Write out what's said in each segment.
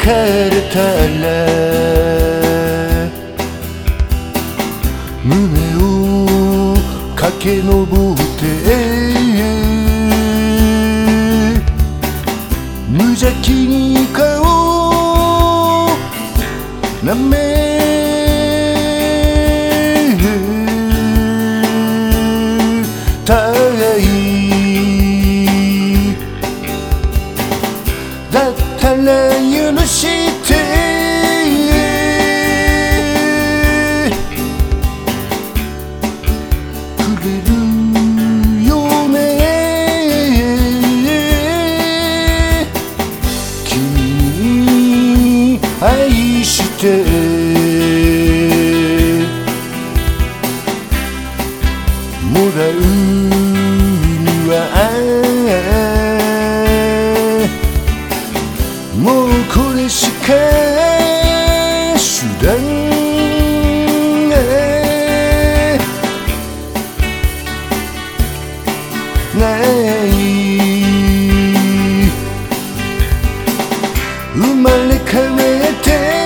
れたら胸を駆け上って無邪気に顔を舐めたい。だったら許してくれるよね。君に愛してもらうにはもうこれしか手段がない。生まれ変わって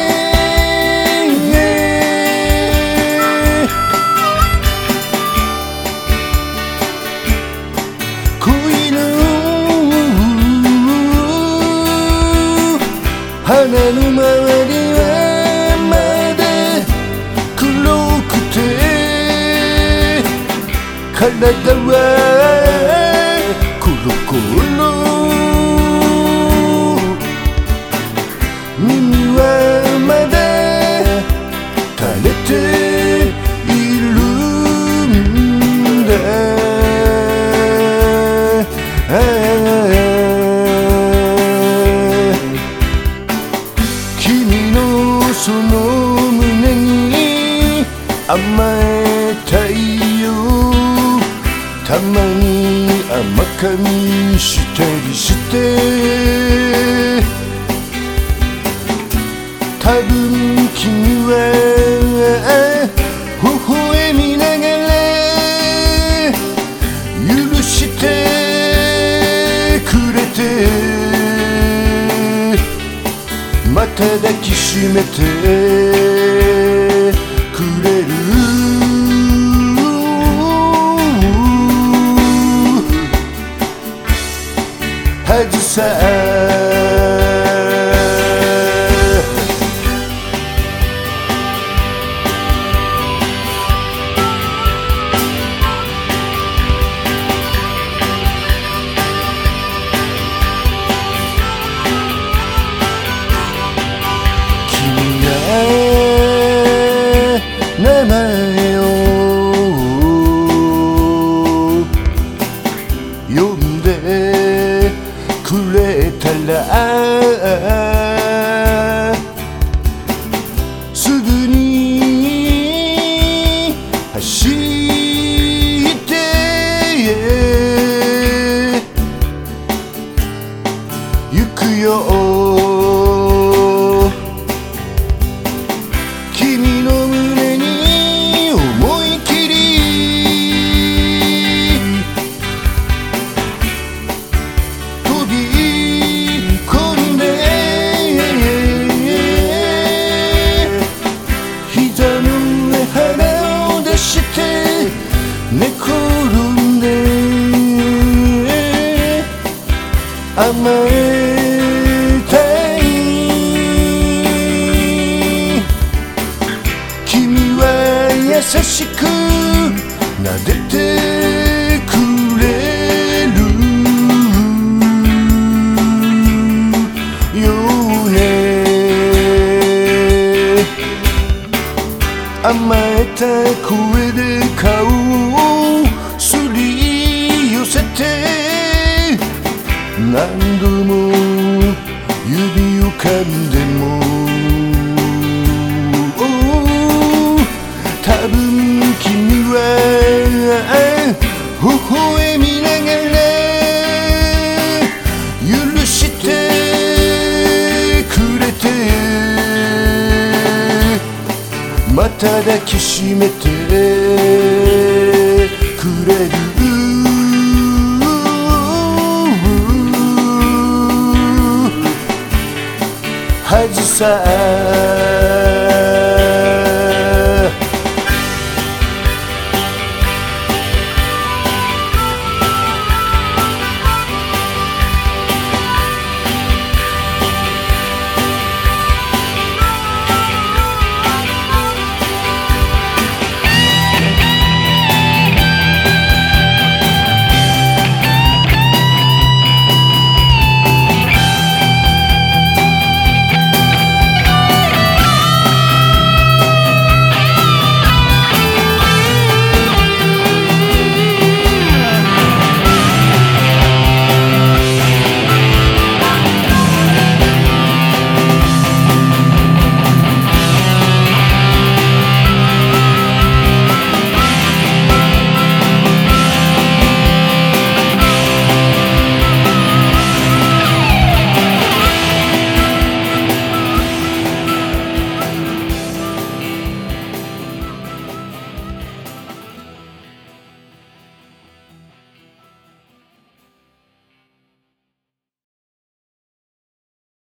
恋の花の周りはまだ黒くて体はコロコロ。耳はまだ垂れているんだ。その胸に甘えたいよ。たまに甘噛みしたりして多分君は微笑みながら許してくれてまた抱きしめてくれるはずさ。名前を呼んでくれたらすぐに走ってゆくよ。君の胸に思い切り飛び込んで膝の上腹を出して寝転んで甘えたい。優しく撫でてくれるよね。甘えた声で顔をすり寄せて何度も指を噛んでも多分君は微笑みながら許してくれてまた抱きしめてくれるはずずさ